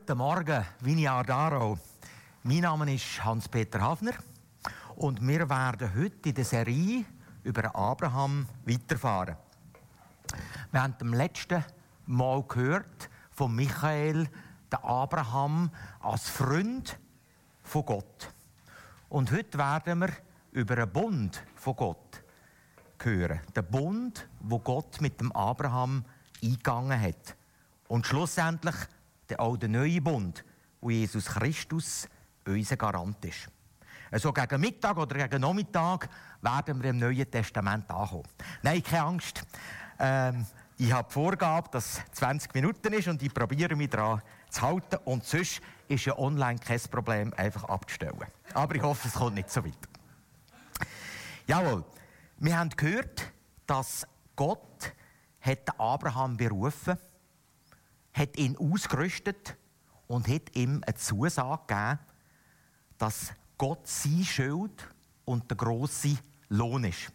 Guten Morgen, Vineyard Aarau. Mein Name ist Hans-Peter Hafner und wir werden heute in der Serie über Abraham weiterfahren. Wir haben am letzten Mal gehört von Michael, den Abraham als Freund von Gott. Und heute werden wir über einen Bund von Gott hören. Den Bund, wo Gott mit dem Abraham eingegangen hat. Und schlussendlich auch der neue Bund, wo Jesus Christus unser Garant ist. Also gegen Mittag oder gegen Nachmittag werden wir im Neuen Testament ankommen. Nein, keine Angst. Ich habe die Vorgabe, dass es 20 Minuten ist und ich probiere mich daran zu halten. Und sonst ist ja online kein Problem, einfach abzustellen. Aber ich hoffe, es kommt nicht so weit. Jawohl, wir haben gehört, dass Gott hat Abraham berufen, hat ihn ausgerüstet und hat ihm eine Zusage gegeben, dass Gott seine Schuld und der grosse Lohn ist.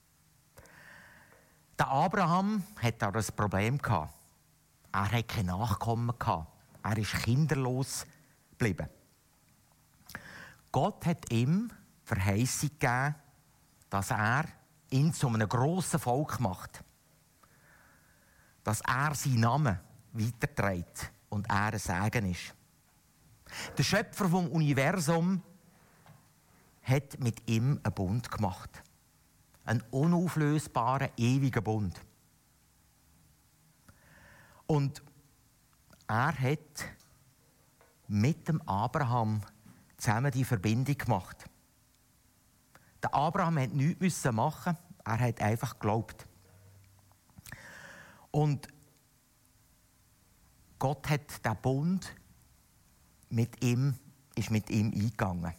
Der Abraham hatte aber ein Problem gehabt. Er hatte keine Nachkommen gehabt. Er ist kinderlos geblieben. Gott hat ihm Verheißung gegeben, dass er ihn zu einem grossen Volk macht. Dass er seinen Namen weiterträgt und er ein Segen ist. Der Schöpfer vom Universum hat mit ihm einen Bund gemacht. Einen unauflösbaren, ewigen Bund. Und er hat mit dem Abraham zusammen die Verbindung gemacht. Der Abraham musste nichts machen, er hat einfach geglaubt. Und Gott hat den Bund ist mit ihm eingegangen.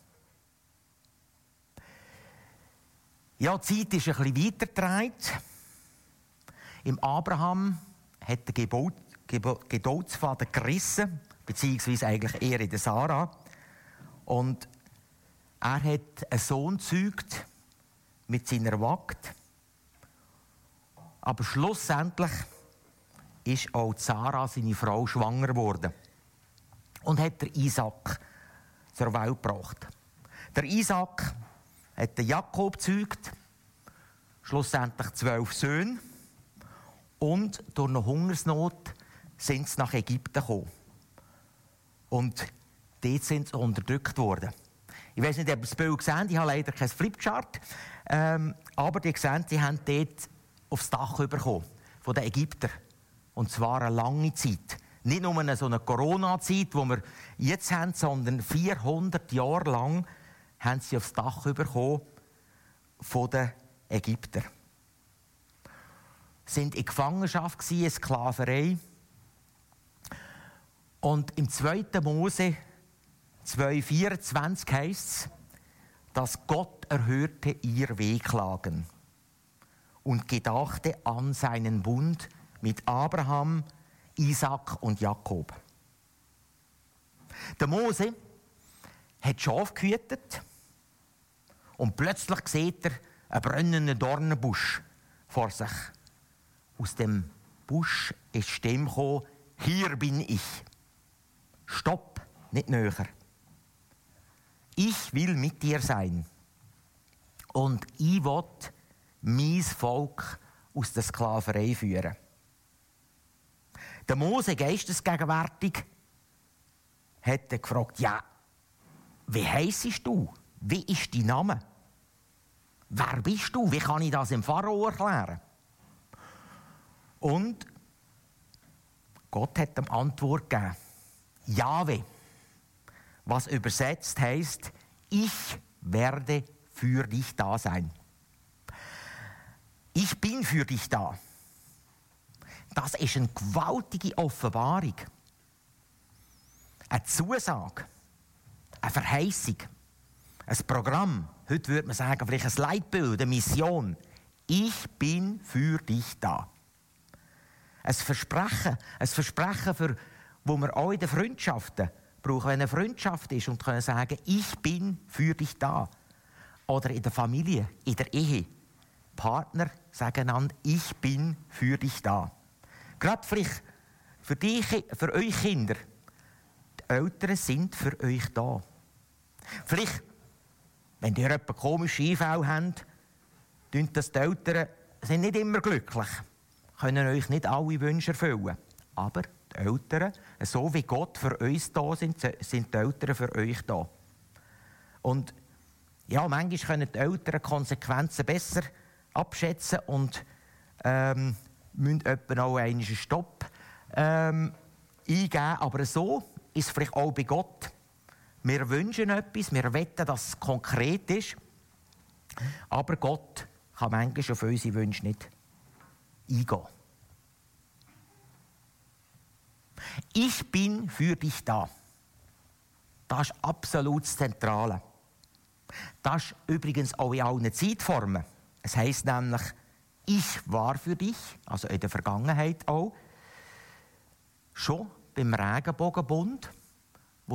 Ja, die Zeit ist ein bisschen weitergedreht. Im Abraham hat der Geduldsfaden gerissen, beziehungsweise eigentlich eher in der Sarah. Und er hat einen Sohn gezeugt mit seiner Magd. Aber schlussendlich ist auch Sarah, seine Frau, schwanger geworden. Und hat den Isaac zur Welt gebracht. Der Isaac hat den Jakob gezeugt, schlussendlich 12 Söhne. Und durch eine Hungersnot sind sie nach Ägypten gekommen. Und dort sind sie unterdrückt worden. Ich weiss nicht, ob ihr das Bild gesehen habt, ich habe leider kein Flipchart. Aber die sehen, die haben dort aufs Dach bekommen von den Ägyptern. Und zwar eine lange Zeit. Nicht nur so eine Corona-Zeit, die wir jetzt haben, sondern 400 Jahre lang haben sie aufs Dach bekommen von den Ägyptern. Sie waren in Gefangenschaft, in Sklaverei. Und im 2. Mose 2,24 heisst es, dass Gott erhörte ihr Wehklagen und gedachte an seinen Bund mit Abraham, Isaac und Jakob. Der Mose hat Schafe gehütet und plötzlich sieht er einen brennenden Dornenbusch vor sich. Aus dem Busch ist die Stimme gekommen: Hier bin ich. Stopp, nicht näher. Ich will mit dir sein. Und ich will mein Volk aus der Sklaverei führen. Der Mose, geistesgegenwärtig, hat gefragt: Ja, wie heissest du? Wie ist dein Name? Wer bist du? Wie kann ich das dem Pharao erklären? Und Gott hat ihm Antwort gegeben: Jahwe, was übersetzt heisst, ich werde für dich da sein. Ich bin für dich da. Das ist eine gewaltige Offenbarung. Eine Zusage, eine Verheißung, ein Programm. Heute würde man sagen, vielleicht ein Leitbild, eine Mission. Ich bin für dich da. Ein Versprechen, für, wo wir auch in den Freundschaften brauchen, wenn eine Freundschaft ist und können sagen, ich bin für dich da. Oder in der Familie, in der Ehe. Partner sagen einander, ich bin für dich da. Gerade vielleicht für euch Kinder, Eltern sind für euch da. Vielleicht, wenn ihr etwa komische Einfälle habt, sind die Eltern sind nicht immer glücklich, können euch nicht alle Wünsche erfüllen. Aber die Eltern, so wie Gott für uns da sind, sind die Eltern für euch da. Und ja, manchmal können die Eltern Konsequenzen besser abschätzen und müssen etwa auch einen Stopp eingeben. Aber so ist es vielleicht auch bei Gott. Wir wünschen etwas, wir wollen, dass es konkret ist. Aber Gott kann manchmal auf unsere Wünsche nicht eingehen. Ich bin für dich da. Das ist absolut das Zentrale. Das ist übrigens auch in allen Zeitformen. Es heisst nämlich, ich war für dich, also in der Vergangenheit auch, schon beim Regenbogenbund, wo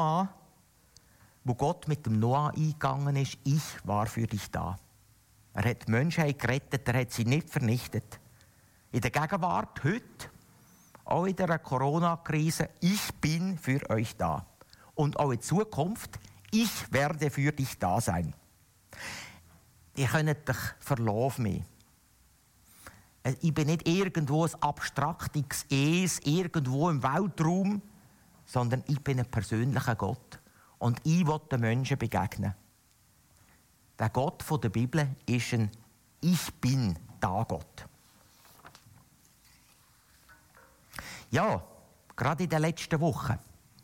Gott mit dem Noah eingegangen ist, ich war für dich da. Er hat die Menschheit gerettet, er hat sie nicht vernichtet. In der Gegenwart, heute, auch in der Corona-Krise, ich bin für euch da. Und auch in Zukunft, ich werde für dich da sein. Ihr könnt euch verlassen mehr. Ich bin nicht irgendwo ein abstraktes Es, irgendwo im Weltraum, sondern ich bin ein persönlicher Gott. Und ich will den Menschen begegnen. Der Gott der Bibel ist ein Ich bin da Gott. Ja, gerade in den letzten Wochen.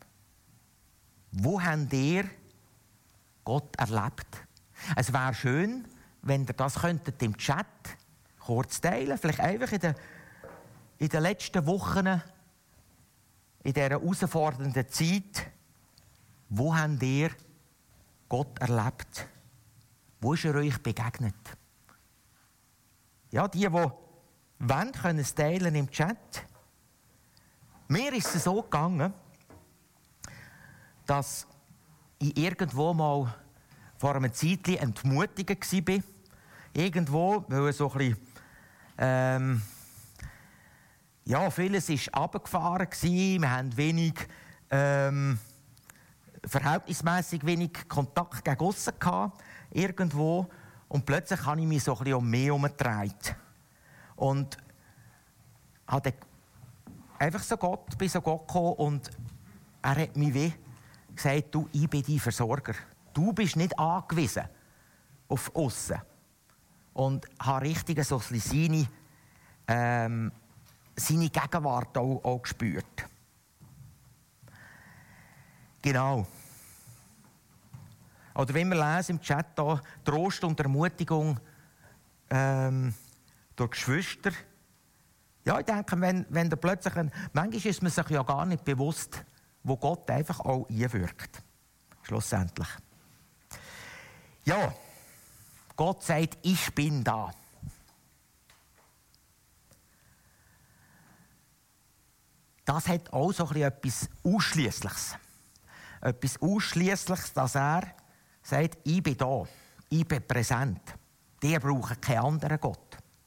Wo habt ihr Gott erlebt? Es wäre schön, wenn ihr das könntet im Chat kurz teilen. Vielleicht einfach in den letzten Wochen, in dieser herausfordernden Zeit, wo habt ihr Gott erlebt? Wo ist er euch begegnet? Ja, die wollen, können es teilen im Chat. Mir ist es so gegangen, dass ich irgendwo mal vor einer Zeit entmutigt war. Irgendwo, weil so ein bisschen, vieles war runtergefahren. Wir hatten verhältnismäßig wenig Kontakt gegen aussen gehabt, irgendwo. Und plötzlich habe ich mich so ein bisschen um mich herumgedreht. Und habe einfach bin so Gott gekommen und er hat mir gesagt, du, ich bin dein Versorger. Du bist nicht angewiesen auf aussen. Und habe richtig so seine Gegenwart auch gespürt. Genau. Oder wenn wir lesen im Chat hier, Trost und Ermutigung durch Geschwister. Ja, ich denke, wenn da plötzlich manchmal ist man sich ja gar nicht bewusst, wo Gott einfach auch einwirkt. Schlussendlich. Ja, Gott sagt, ich bin da. Das hat auch so etwas Ausschliessliches. Etwas Ausschliessliches, dass er sagt, ich bin da, ich bin präsent. Die brauchen keinen anderen Gott.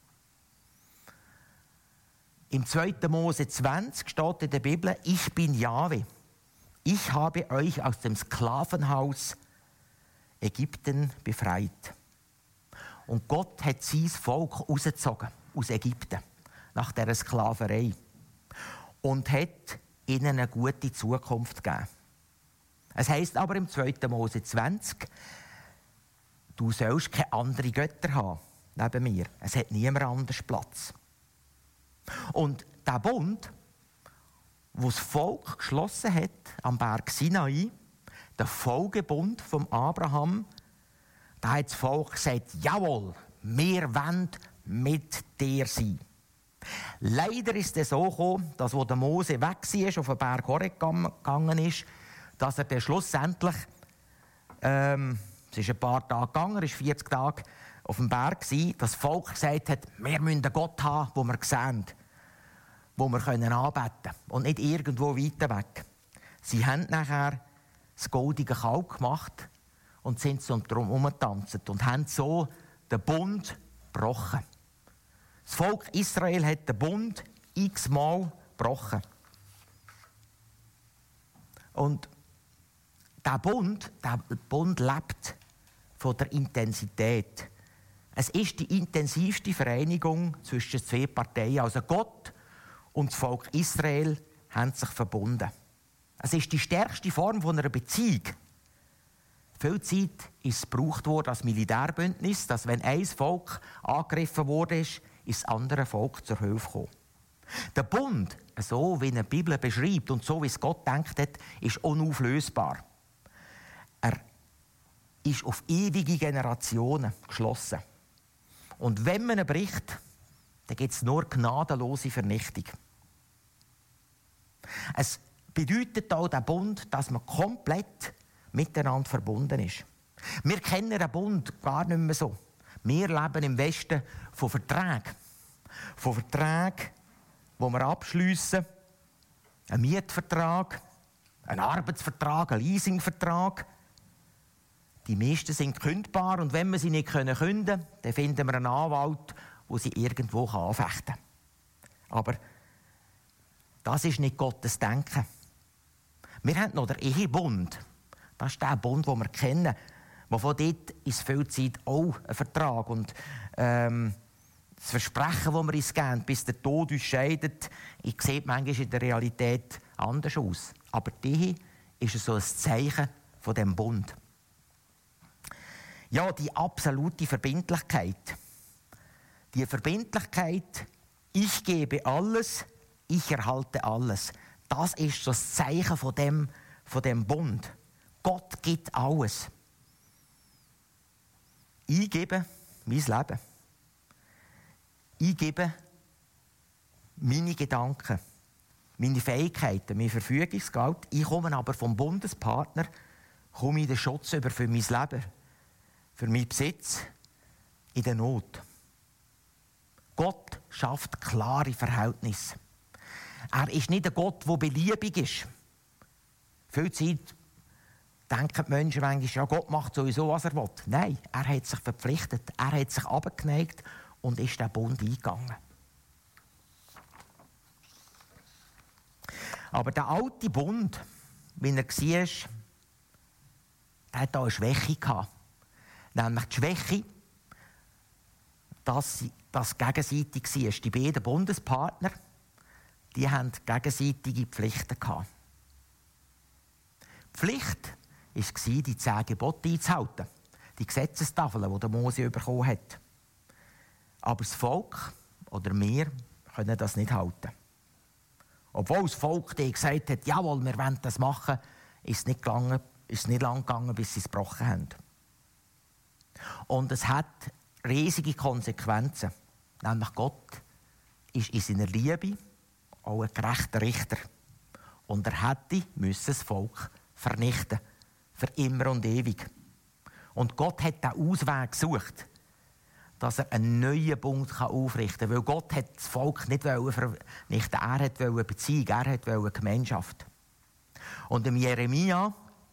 Im 2. Mose 20 steht in der Bibel, ich bin Jahwe. Ich habe euch aus dem Sklavenhaus Ägypten befreit. Und Gott hat sein Volk rausgezogen aus Ägypten, nach dieser Sklaverei. Und hat ihnen eine gute Zukunft gegeben. Es heisst aber im 2. Mose 20, du sollst keine anderen Götter haben neben mir. Es hat niemand anders Platz. Und der Bund, den das Volk geschlossen hat am Berg Sinai, der Folgebund von Abraham, da hat das Volk gesagt, jawohl, wir wollen mit dir sein. Leider ist es so gekommen, dass wo der Mose weg war, auf den Berg Horeb gegangen ist, dass er dann schlussendlich, es ist ein paar Tage gegangen, es war 40 Tage auf dem Berg, das Volk gesagt hat, wir müssen einen Gott haben, den wir sehen, den wir anbeten können und nicht irgendwo weiter weg. Sie haben nachher das goldige Kalb gemacht und sind so drum herumgetanzt und haben so den Bund gebrochen. Das Volk Israel hat den Bund x-mal gebrochen. Und der Bund lebt von der Intensität. Es ist die intensivste Vereinigung zwischen zwei Parteien. Also Gott und das Volk Israel haben sich verbunden. Es ist die stärkste Form von einer Beziehung. Viel Zeit ist es gebraucht worden als Militärbündnis, dass wenn ein Volk angegriffen wurde, ist das andere Volk zur Hilfe gekommen. Der Bund, so wie ihn die Bibel beschreibt und so wie es Gott denkt hat, ist unauflösbar. Er ist auf ewige Generationen geschlossen. Und wenn man ihn bricht, dann gibt es nur gnadenlose Vernichtung. Es bedeutet auch der Bund, dass man komplett miteinander verbunden ist. Wir kennen den Bund gar nicht mehr so. Wir leben im Westen von Verträgen. Von Verträgen, die wir abschliessen. Ein Mietvertrag, ein Arbeitsvertrag, ein Leasingvertrag. Die meisten sind kündbar und wenn wir sie nicht künden können, dann finden wir einen Anwalt, der sie irgendwo anfechten kann. Aber das ist nicht Gottes Denken. Wir haben noch den Ehebund. Das ist der Bund, den wir kennen. Wovon dort ist viel Zeit auch ein Vertrag. Und das Versprechen, das wir uns geben, bis der Tod uns scheidet, sieht manchmal in der Realität anders aus. Aber die ist so ein Zeichen von diesem Bund. Ja, die absolute Verbindlichkeit. Die Verbindlichkeit, ich gebe alles, ich erhalte alles. Das ist so das Zeichen von dem Bund. Gott gibt alles. Ich gebe mein Leben. Ich gebe meine Gedanken, meine Fähigkeiten, mein Verfügungsgeld. Ich komme aber vom Bundespartner, komme ich den Schutz über für mein Leben, für meinen Besitz in der Not. Gott schafft klare Verhältnisse. Er ist nicht ein Gott, der beliebig ist. Viel Zeit denken die Menschen manchmal, ja, Gott macht sowieso, was er will. Nein, er hat sich verpflichtet, er hat sich abgeneigt und ist den Bund eingegangen. Aber der alte Bund, wie er war, der hatte auch eine Schwäche gehabt. Nämlich die Schwäche, dass das gegenseitig war. Die beiden Bundespartner, die hatten gegenseitige Pflichten gehabt. Die Pflicht war, die 10 Gebote einzuhalten. Die Gesetzestafeln, die der Mose bekommen hat. Aber das Volk oder wir können das nicht halten. Obwohl das Volk gesagt hat, jawohl, wir wollen das machen, ist es nicht lang gegangen, bis sie es gebrochen haben. Und es hat riesige Konsequenzen. Nämlich Gott ist in seiner Liebe auch ein gerechter Richter. Und er hätte das Volk vernichten müssen. Für immer und ewig. Und Gott hat den Ausweg gesucht, dass er einen neuen Bund aufrichten kann. Weil Gott hat das Volk nicht vernichten. Er wollte eine Beziehung, er wollte eine Gemeinschaft. Und im Jeremia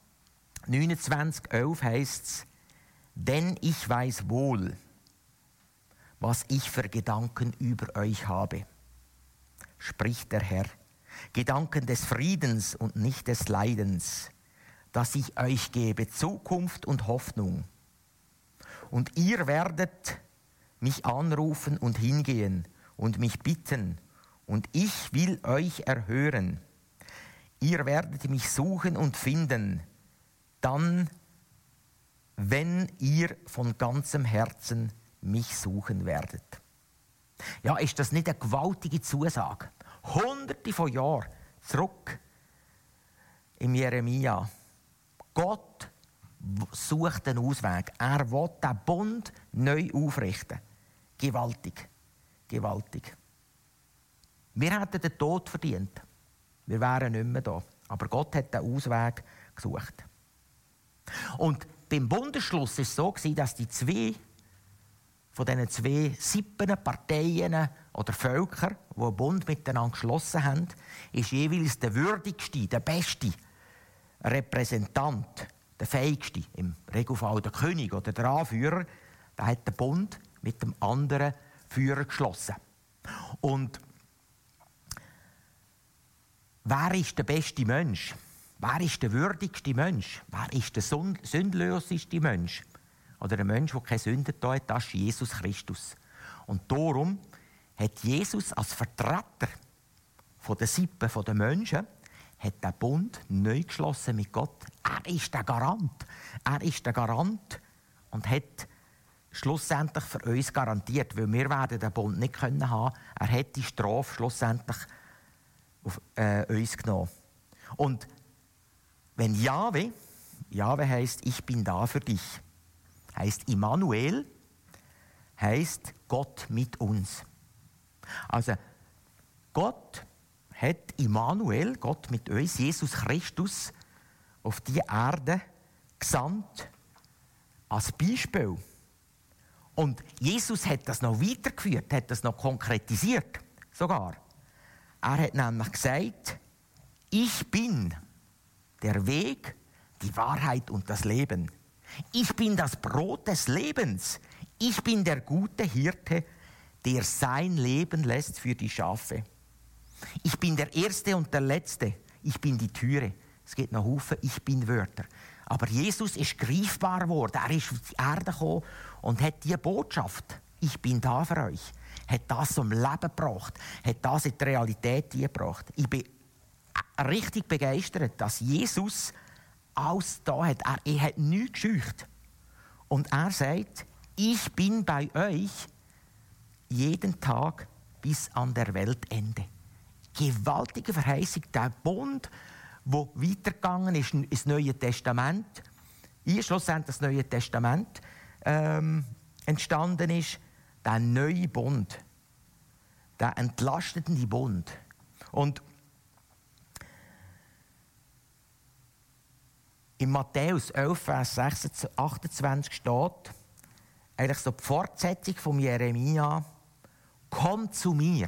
29,11 heisst es, denn ich weiß wohl, was ich für Gedanken über euch habe, spricht der Herr. Gedanken des Friedens und nicht des Leidens, dass ich euch gebe Zukunft und Hoffnung. Und ihr werdet mich anrufen und hingehen und mich bitten, und ich will euch erhören. Ihr werdet mich suchen und finden, dann, wenn ihr von ganzem Herzen mich suchen werdet. Ja, ist das nicht eine gewaltige Zusage? Hunderte von Jahren zurück im Jeremia. Gott sucht einen Ausweg. Er will den Bund neu aufrichten. Gewaltig. Gewaltig. Wir hätten den Tod verdient. Wir wären nicht mehr da. Aber Gott hat den Ausweg gesucht. Und beim Bundesschluss war es so, dass die zwei von diesen 2 Sippen, Parteien oder Völker, die einen Bund miteinander geschlossen haben, ist jeweils der würdigste, der beste Repräsentant, der fähigste, im Regelfall der König oder der Anführer, der hat den Bund mit dem anderen Führer geschlossen. Und wer ist der beste Mensch? wer ist der würdigste Mensch? Wer ist der sündloseste Mensch? Oder ein Mensch, der keine Sünde hat, das ist Jesus Christus. Und darum hat Jesus als Vertreter von der Sippe der Menschen hat den Bund neu geschlossen mit Gott. Er ist der Garant. Er ist der Garant und hat schlussendlich für uns garantiert, weil wir werden den Bund nicht haben können. Er hat die Strafe schlussendlich auf uns genommen. Und wenn Jahwe heisst, ich bin da für dich, heisst Immanuel, heisst Gott mit uns. Also Gott hat Immanuel, Gott mit uns, Jesus Christus, auf die Erde gesandt als Beispiel. Und Jesus hat das noch weitergeführt, hat das noch konkretisiert sogar. Er hat nämlich gesagt, ich bin der Weg, die Wahrheit und das Leben. Ich bin das Brot des Lebens. Ich bin der gute Hirte, der sein Leben lässt für die Schafe. Ich bin der Erste und der Letzte. Ich bin die Türe. Es gibt noch Haufen Ich bin Wörter. Aber Jesus ist greifbar geworden. Er ist auf die Erde gekommen und hat diese Botschaft, ich bin da für euch, hat das zum Leben gebracht, hat das in die Realität gebracht. Ich bin richtig begeistert, dass Jesus alles da hat. Er hat nichts gescheucht. Und er sagt, ich bin bei euch jeden Tag bis an der Weltende. Gewaltige Verheißung, der Bund, der weitergegangen ist ins Neue Testament, hier schlussendlich das Neue Testament entstanden ist, der neue Bund, der entlastende Bund. Und in Matthäus 11, Vers 28 steht, eigentlich so die Fortsetzung von Jeremia, kommt zu mir.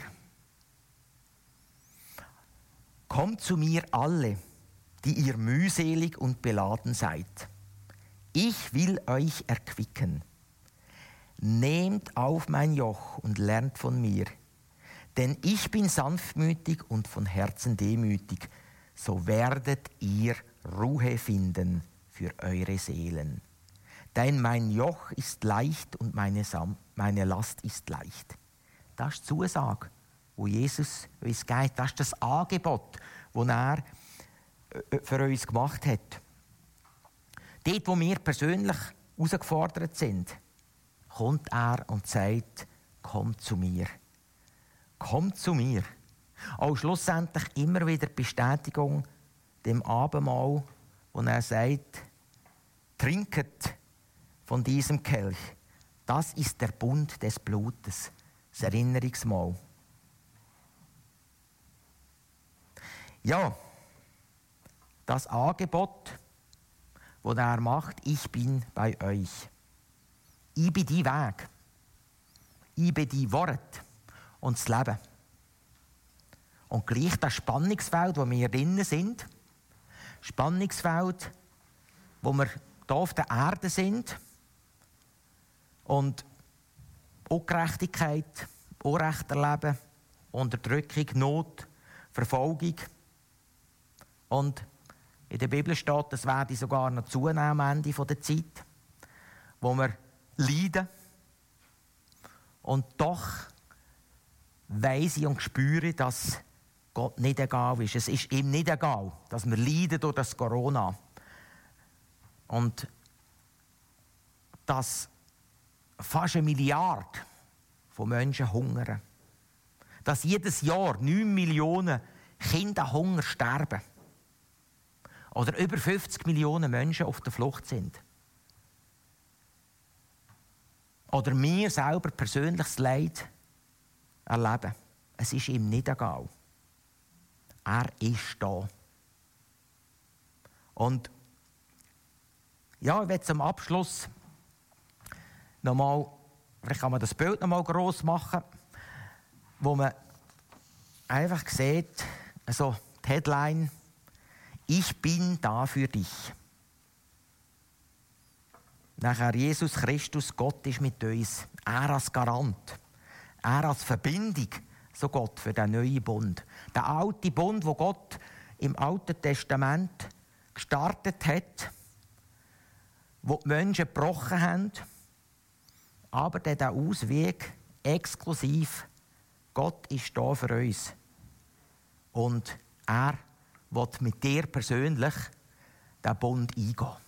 Kommt zu mir alle, die ihr mühselig und beladen seid. Ich will euch erquicken. Nehmt auf mein Joch und lernt von mir, denn ich bin sanftmütig und von Herzen demütig, so werdet ihr Ruhe finden für eure Seelen. Denn mein Joch ist leicht und meine Last ist leicht. Das ist die Zusage, die Jesus uns gibt. Das ist das Angebot, das er für uns gemacht hat. Dort, wo wir persönlich herausgefordert sind, kommt er und sagt, komm zu mir. Komm zu mir. Auch schlussendlich immer wieder Bestätigung dem Abendmahl, wo er sagt, trinket von diesem Kelch. Das ist der Bund des Blutes, das Erinnerungsmahl. Ja, das Angebot, das er macht, ich bin bei euch. Ich bin die Weg. Ich bin die Wort und das Leben. Und gleich das Spannungsfeld, wo wir drinnen sind, Spannungsfeld, wo wir hier auf der Erde sind und Ungerechtigkeit, Unrecht erleben, Unterdrückung, Not, Verfolgung. Und in der Bibel steht, das werde sogar noch zunehmen am Ende der Zeit, wo wir leiden. Und doch weiss ich und spüre, dass Gott nicht egal ist. Es ist ihm nicht egal, dass wir leiden durch das Corona. Und dass fast 1 Milliarde von Menschen hungern. Dass jedes Jahr 9 Millionen Kinder an Hunger sterben. Oder über 50 Millionen Menschen auf der Flucht sind. Oder wir selber persönliches Leid erleben. Es ist ihm nicht egal. Er ist da. Und ja, ich will zum Abschluss nochmal, vielleicht kann man das Bild nochmal gross machen, wo man einfach sieht, also die Headline, ich bin da für dich. Nachher Jesus Christus, Gott ist mit uns. Er als Garant. Er als Verbindung, so Gott, für den neuen Bund. Der alte Bund, wo Gott im Alten Testament gestartet hat, wo die Menschen gebrochen haben, aber der Ausweg exklusiv, Gott ist da für uns. Und er will mit dir persönlich den Bund eingehen.